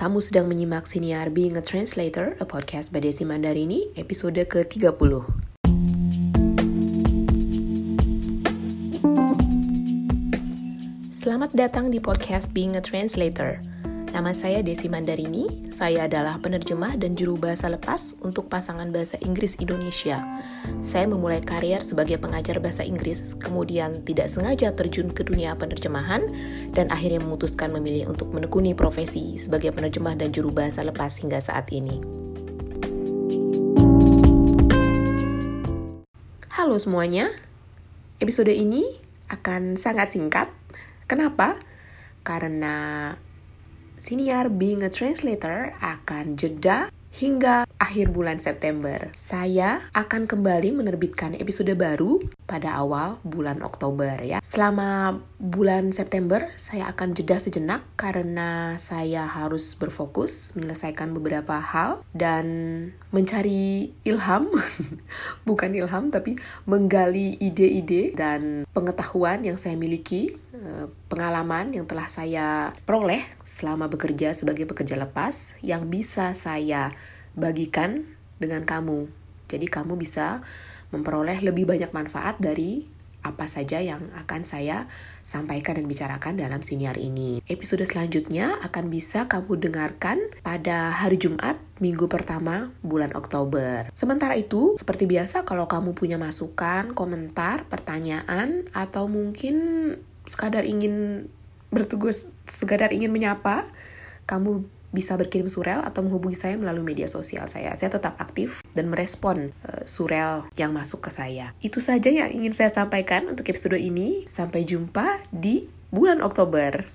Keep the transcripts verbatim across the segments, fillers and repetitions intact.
Kamu sedang menyimak Siniar Being a Translator, a podcast by Desi Mandarini, episode ke tiga puluh. Selamat datang di podcast Being a Translator. Nama saya Desi Mandarini, saya adalah penerjemah dan juru bahasa lepas untuk pasangan bahasa Inggris Indonesia. Saya memulai karier sebagai pengajar bahasa Inggris, kemudian tidak sengaja terjun ke dunia penerjemahan, dan akhirnya memutuskan memilih untuk menekuni profesi sebagai penerjemah dan juru bahasa lepas hingga saat ini. Halo semuanya, episode ini akan sangat singkat. Kenapa? Karena Siniar Being a Translator akan jeda hingga akhir bulan September. Saya akan kembali menerbitkan episode baru pada awal bulan Oktober ya. Selama bulan September saya akan jeda sejenak karena saya harus berfokus menyelesaikan beberapa hal dan mencari ilham, bukan ilham tapi menggali ide-ide dan pengetahuan yang saya miliki, pengalaman yang telah saya peroleh selama bekerja sebagai pekerja lepas yang bisa saya bagikan dengan kamu. Jadi kamu bisa memperoleh lebih banyak manfaat dari apa saja yang akan saya sampaikan dan bicarakan dalam siniar ini. Episode selanjutnya akan bisa kamu dengarkan pada hari Jumat, minggu pertama bulan Oktober. Sementara itu, seperti biasa kalau kamu punya masukan, komentar, pertanyaan, atau mungkin sekadar ingin bertugas, sekadar ingin menyapa, kamu bisa berkirim surel atau menghubungi saya melalui media sosial saya. Saya tetap aktif dan merespon uh, surel yang masuk ke saya. Itu saja yang ingin saya sampaikan untuk episode ini. Sampai jumpa di bulan Oktober.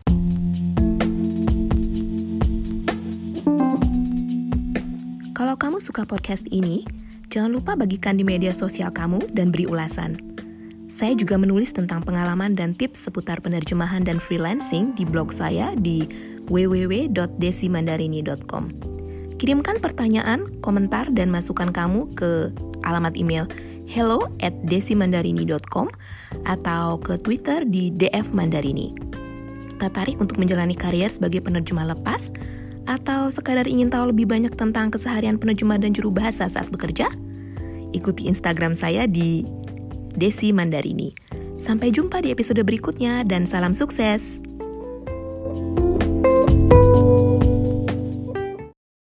Kalau kamu suka podcast ini, jangan lupa bagikan di media sosial kamu dan beri ulasan. Saya juga menulis tentang pengalaman dan tips seputar penerjemahan dan freelancing di blog saya di w w w dot desi mandarini dot com. Kirimkan pertanyaan, komentar, dan masukan kamu ke alamat email hello at desi mandarini dot com atau ke Twitter di d f mandarini. Tertarik untuk menjalani karier sebagai penerjemah lepas? Atau sekadar ingin tahu lebih banyak tentang keseharian penerjemah dan juru bahasa saat bekerja? Ikuti Instagram saya di Desi Mandarini. Sampai jumpa di episode berikutnya dan salam sukses!